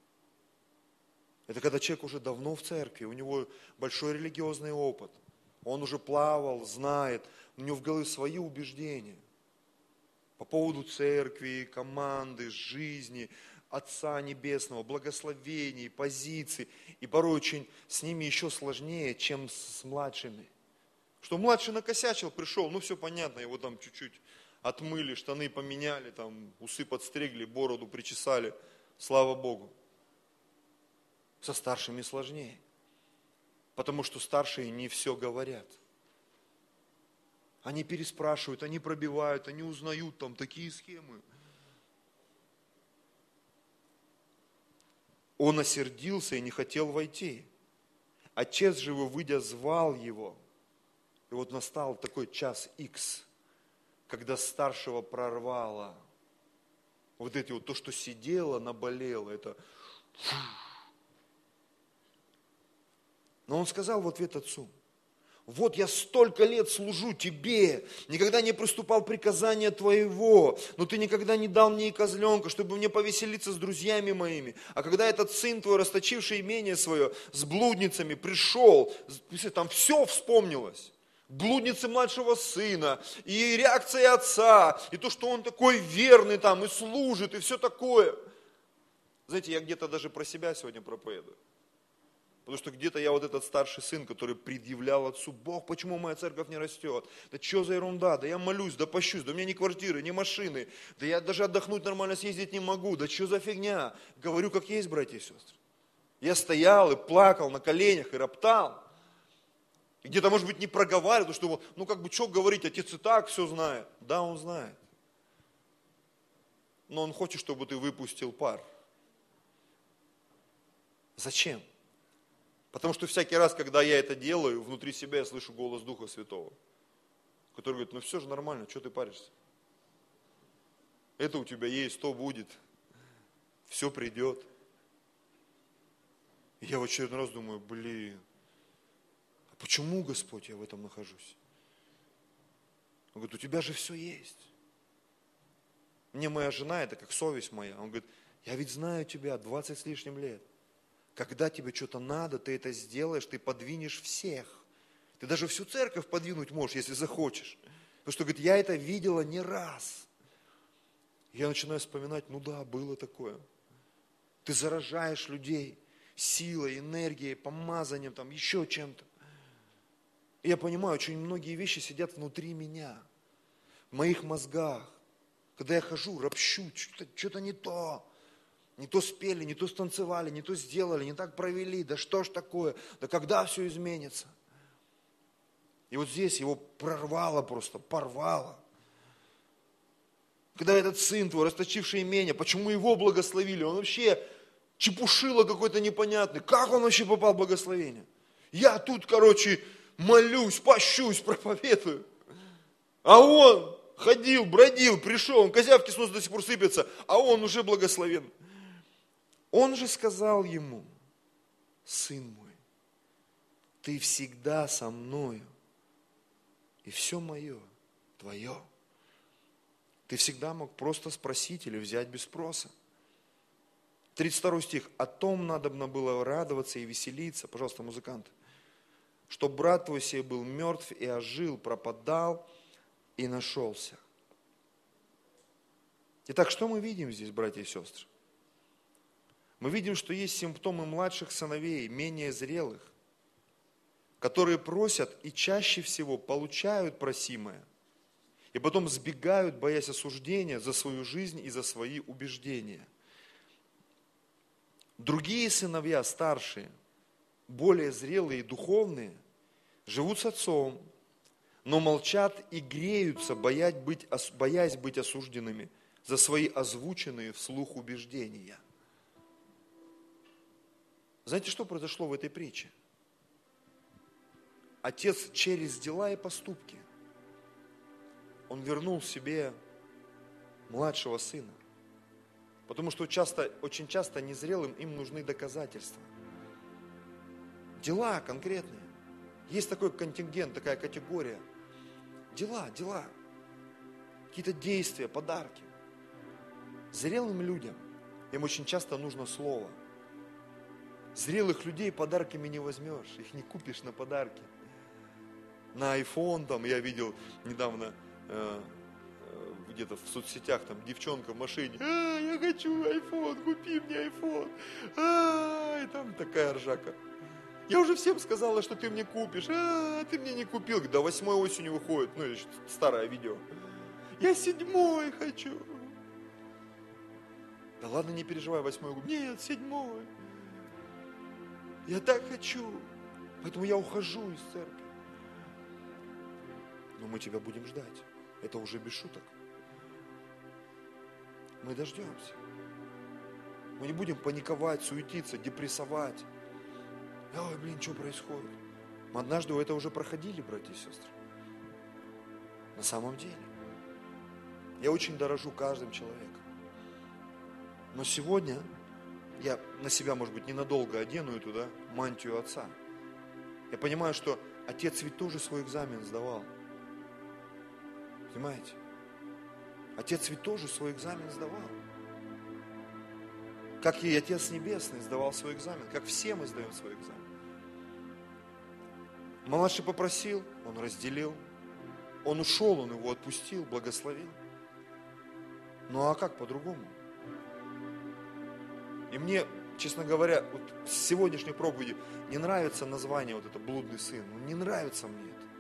Это когда человек уже давно в церкви, у него большой религиозный опыт, он уже плавал, знает, у него в голове свои убеждения по поводу церкви, команды, жизни, Отца Небесного, благословений, позиций. И порой очень с ними еще сложнее, чем с младшими. Что младший накосячил, пришел, ну все понятно, его там чуть-чуть отмыли, штаны поменяли, там усы подстригли, бороду причесали, слава Богу. Со старшими сложнее, потому что старшие не все говорят. Они переспрашивают, они пробивают, они узнают там такие схемы. Он осердился и не хотел войти. Отец же его, выйдя, звал его. И вот настал такой час Х, когда старшего прорвало. Вот эти вот, то, что сидело, наболело, это... Но он сказал в ответ отцу: вот я столько лет служу тебе, никогда не приступал приказания твоего, но ты никогда не дал мне и козленка, чтобы мне повеселиться с друзьями моими. А когда этот сын твой, расточивший имение свое, с блудницами пришел, там все вспомнилось. Блудницы младшего сына, и реакция отца, и то, что он такой верный там, и служит, и все такое. Знаете, я где-то даже про себя сегодня проповедую. Потому что где-то я вот этот старший сын, который предъявлял отцу: Бог, почему моя церковь не растет? Да что за ерунда? Да я молюсь, да пощусь, да у меня ни квартиры, ни машины, да я даже отдохнуть нормально съездить не могу, да что за фигня? Говорю, как есть, братья и сестры. Я стоял и плакал на коленях и роптал. И где-то, может быть, не проговаривал, что, ну как бы, что говорить, отец и так все знает. Да, он знает. Но он хочет, чтобы ты выпустил пар. Зачем? Потому что всякий раз, когда я это делаю, внутри себя я слышу голос Духа Святого, который говорит: ну все же нормально, что ты паришься? Это у тебя есть, то будет, все придет. И я в очередной раз думаю: блин, а почему, Господь, я в этом нахожусь? Он говорит: у тебя же все есть. Мне моя жена, это как совесть моя. Он говорит: я ведь знаю тебя 20 с лишним лет. Когда тебе что-то надо, ты это сделаешь, ты подвинешь всех. Ты даже всю церковь подвинуть можешь, если захочешь. Потому что, говорит, я это видела не раз. Я начинаю вспоминать: ну да, было такое. Ты заражаешь людей силой, энергией, помазанием, там, еще чем-то. И я понимаю, очень многие вещи сидят внутри меня, в моих мозгах. Когда я хожу, ропщу, что-то не то. Не то спели, не то станцевали, не то сделали, не так провели. Да что ж такое? Да когда все изменится? И вот здесь его прорвало просто, порвало. Когда этот сын твой, расточивший имение, почему его благословили? Он вообще чепушило какой-то непонятный. Как он вообще попал в благословение? Я тут, молюсь, пощусь, проповедую. А он ходил, бродил, пришел, он козявки с носа до сих пор сыпятся, а он уже благословен. Он же сказал ему: сын мой, ты всегда со мною, и все мое твое. Ты всегда мог просто спросить или взять без спроса. 32 стих. О том надобно было радоваться и веселиться, пожалуйста, музыканты, что брат твой сей был мертв и ожил, пропадал и нашелся. Итак, что мы видим здесь, братья и сестры? Мы видим, что есть симптомы младших сыновей, менее зрелых, которые просят и чаще всего получают просимое, и потом сбегают, боясь осуждения за свою жизнь и за свои убеждения. Другие сыновья, старшие, более зрелые и духовные, живут с отцом, но молчат и греются, боясь быть осужденными за свои озвученные вслух убеждения. Знаете, что произошло в этой притче? Отец через дела и поступки, он вернул себе младшего сына. Потому что очень часто незрелым им нужны доказательства. Дела конкретные. Есть такой контингент, такая категория. Дела. Какие-то действия, подарки. Зрелым людям им очень часто нужно слово. Зрелых людей подарками не возьмешь, их не купишь на подарки. На iPhone, там, я видел недавно где-то в соцсетях, там, девчонка в машине: я хочу iPhone, купи мне iPhone. И там такая ржака: я уже всем сказала, что ты мне купишь, ты мне не купил. Да 8-й осенью выходит, старое видео. Я 7-й хочу. Да ладно, не переживай, 8-й. Нет, 7-й. Я так хочу. Поэтому я ухожу из церкви. Но мы тебя будем ждать. Это уже без шуток. Мы дождемся. Мы не будем паниковать, суетиться, депрессовать. Ой, блин, что происходит? Мы однажды это уже проходили, братья и сестры. На самом деле. Я очень дорожу каждым человеком. Но сегодня я на себя, может быть, ненадолго одену эту, мантию отца. Я понимаю, что отец ведь тоже свой экзамен сдавал. Понимаете? Отец ведь тоже свой экзамен сдавал. Как и Отец Небесный сдавал свой экзамен, как все мы сдаем свой экзамен. Младший попросил, он разделил. Он ушел, он его отпустил, благословил. Ну а как по-другому? И мне, честно говоря, вот с сегодняшней проповеди не нравится название вот это «блудный сын». Ну, не нравится мне это.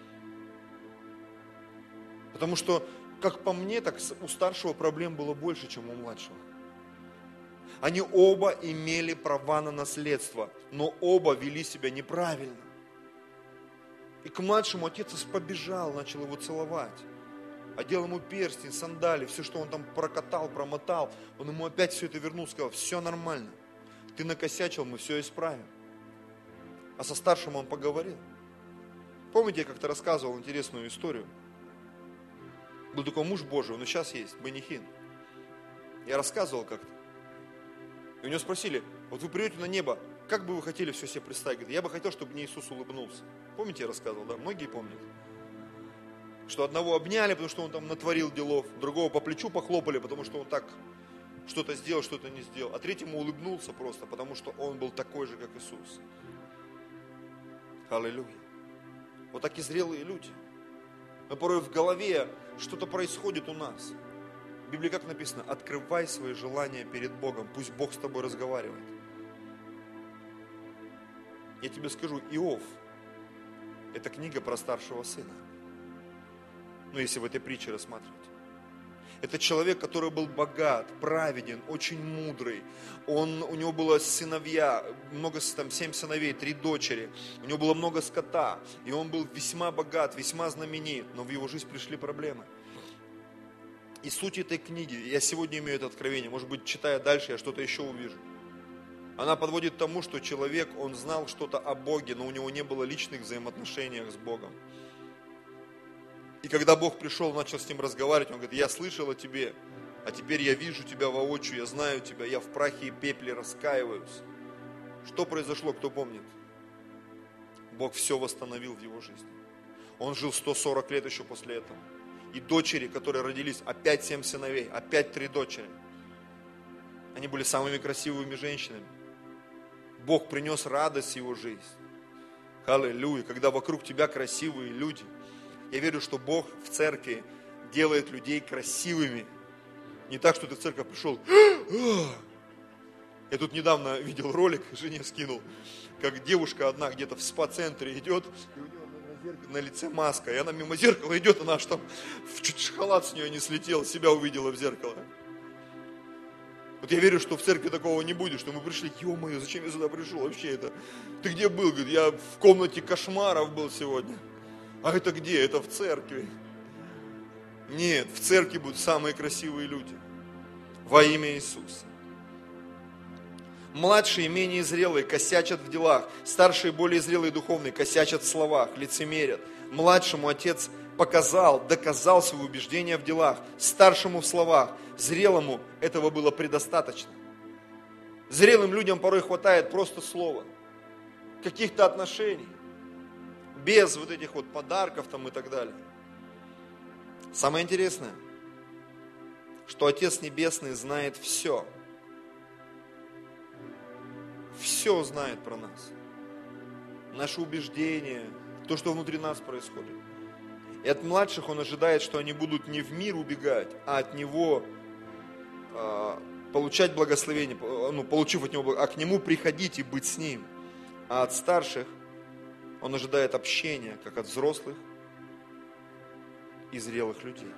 Потому что, как по мне, так у старшего проблем было больше, чем у младшего. Они оба имели права на наследство, но оба вели себя неправильно. И к младшему отец побежал, начал его целовать. Одел ему перстень, сандали, все, что он там прокатал, промотал. Он ему опять все это вернул, сказал: все нормально. Ты накосячил, мы все исправим. А со старшим он поговорил. Помните, я как-то рассказывал интересную историю? Был такой муж Божий, он и сейчас есть, Бенихин. Я рассказывал как-то. И у него спросили: вот вы придете на небо, как бы вы хотели все себе представить? Говорит: я бы хотел, чтобы мне Иисус улыбнулся. Помните, я рассказывал, да? Многие помнят. Что одного обняли, потому что он там натворил делов, другого по плечу похлопали, потому что он так что-то сделал, что-то не сделал. А третьему улыбнулся просто, потому что он был такой же, как Иисус. Аллилуйя. Вот так и зрелые люди. Но порой в голове что-то происходит у нас. В Библии как написано: открывай свои желания перед Богом, пусть Бог с тобой разговаривает. Я тебе скажу, Иов – это книга про старшего сына. Ну, если в этой притче рассматривать. Это человек, который был богат, праведен, очень мудрый. У него было сыновья, 7 сыновей, 3 дочери. У него было много скота. И он был весьма богат, весьма знаменит. Но в его жизнь пришли проблемы. И суть этой книги, я сегодня имею это откровение, может быть, читая дальше, я что-то еще увижу. Она подводит к тому, что человек, он знал что-то о Боге, но у него не было личных взаимоотношений с Богом. И когда Бог пришел, начал с ним разговаривать, он говорит: я слышал о тебе, а теперь я вижу тебя воочию, я знаю тебя, я в прахе и пепле раскаиваюсь. Что произошло, кто помнит? Бог все восстановил в его жизни. Он жил 140 лет еще после этого. И дочери, которые родились, опять 7 сыновей, опять 3 дочери. Они были самыми красивыми женщинами. Бог принес радость в его жизнь. Аллилуйя, когда вокруг тебя красивые люди. Я верю, что Бог в церкви делает людей красивыми. Не так, что ты в церковь пришел. Я тут недавно видел ролик, жене скинул, как девушка одна где-то в спа-центре идет, и у нее на лице маска, и она мимо зеркала идет, она аж там, чуть халат с нее не слетел, себя увидела в зеркало. Вот я верю, что в церкви такого не будет, что мы пришли: ё-моё, зачем я сюда пришел вообще это? Ты где был? Говорит: я в комнате кошмаров был сегодня. А это где? Это в церкви. Нет, в церкви будут самые красивые люди. Во имя Иисуса. Младшие, менее зрелые, косячат в делах. Старшие, более зрелые духовные, косячат в словах, лицемерят. Младшему отец доказал свои убеждения в делах. Старшему в словах. Зрелому этого было предостаточно. Зрелым людям порой хватает просто слова, каких-то отношений, без вот этих вот подарков там и так далее. Самое интересное, что Отец Небесный знает все. Все знает про нас. Наши убеждения, то, что внутри нас происходит. И от младших Он ожидает, что они будут не в мир убегать, а от Него получать благословение, получив от Него, а к Нему приходить и быть с Ним. А от старших Он ожидает общения, как от взрослых и зрелых людей.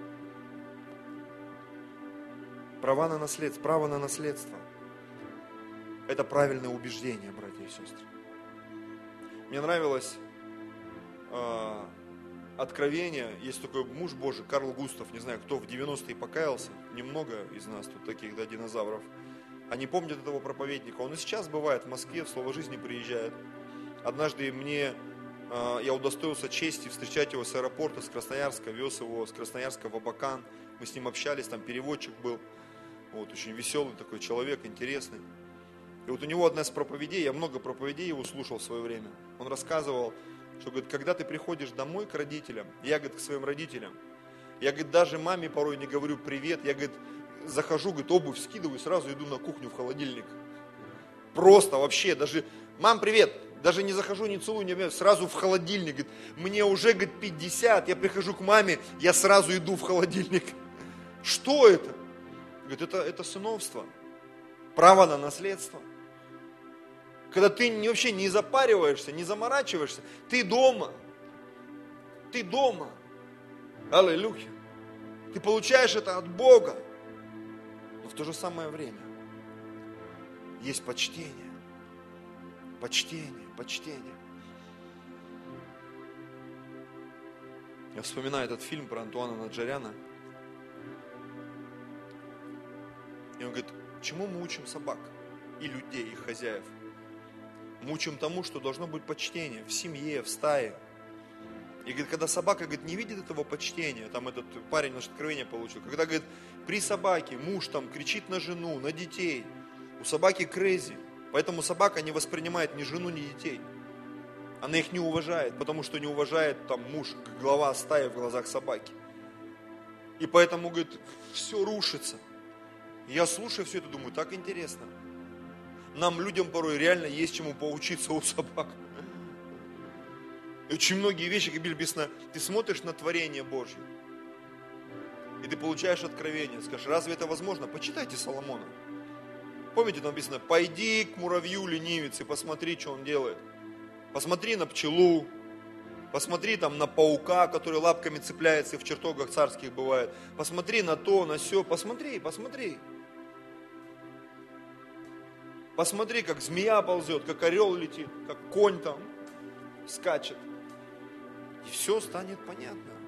Право на наследство. Это правильное убеждение, братья и сестры. Мне нравилась откровение. Есть такой муж Божий, Карл Густав, не знаю, кто в 90-е покаялся. Немного из нас тут таких, да, динозавров. Они помнят этого проповедника. Он и сейчас бывает в Москве, в Слово жизни приезжает. Однажды я удостоился чести встречать его с аэропорта, с Красноярска, вез его с Красноярска в Абакан. Мы с ним общались, там переводчик был. Вот, очень веселый такой человек, интересный. И вот у него одна из проповедей, я много проповедей его слушал в свое время. Он рассказывал, что, говорит, когда ты приходишь домой к родителям, я, говорит, к своим родителям, я, говорит, даже маме порой не говорю привет, я, говорит, захожу, говорит, обувь скидываю, сразу иду на кухню в холодильник. Просто вообще, даже, мам, привет, даже не захожу, не целую, не обнимаю, сразу в холодильник. Говорит, мне уже, говорит, 50, я прихожу к маме, я сразу иду в холодильник. Что это? Говорит, это сыновство, право на наследство. Когда ты вообще не запариваешься, не заморачиваешься, ты дома. Ты дома. Аллилуйя. Ты получаешь это от Бога. Но в то же самое время есть почтение. Почтение, почтение. Я вспоминаю этот фильм про Антуана Наджаряна. И он говорит, чему мы учим собак и людей, их хозяев? Мы учим тому, что должно быть почтение в семье, в стае. И говорит, когда собака, говорит, не видит этого почтения, там этот парень наше откровение получил, когда, говорит, при собаке муж там кричит на жену, на детей, у собаки crazy, поэтому собака не воспринимает ни жену, ни детей. Она их не уважает, потому что не уважает там муж, глава стаи в глазах собаки. И поэтому, говорит, все рушится. И я слушаю все это, думаю, так интересно. Нам, людям, порой реально есть чему поучиться у собак. И очень многие вещи, как написано, ты смотришь на творение Божье, и ты получаешь откровение. Скажешь, разве это возможно? Почитайте Соломона. Помните, там написано, пойди к муравью, ленивец, и посмотри, что он делает. Посмотри на пчелу, посмотри там на паука, который лапками цепляется и в чертогах царских бывает. Посмотри на то, на сё, посмотри. Посмотри, как змея ползет, как орел летит, как конь там скачет. И все станет понятно.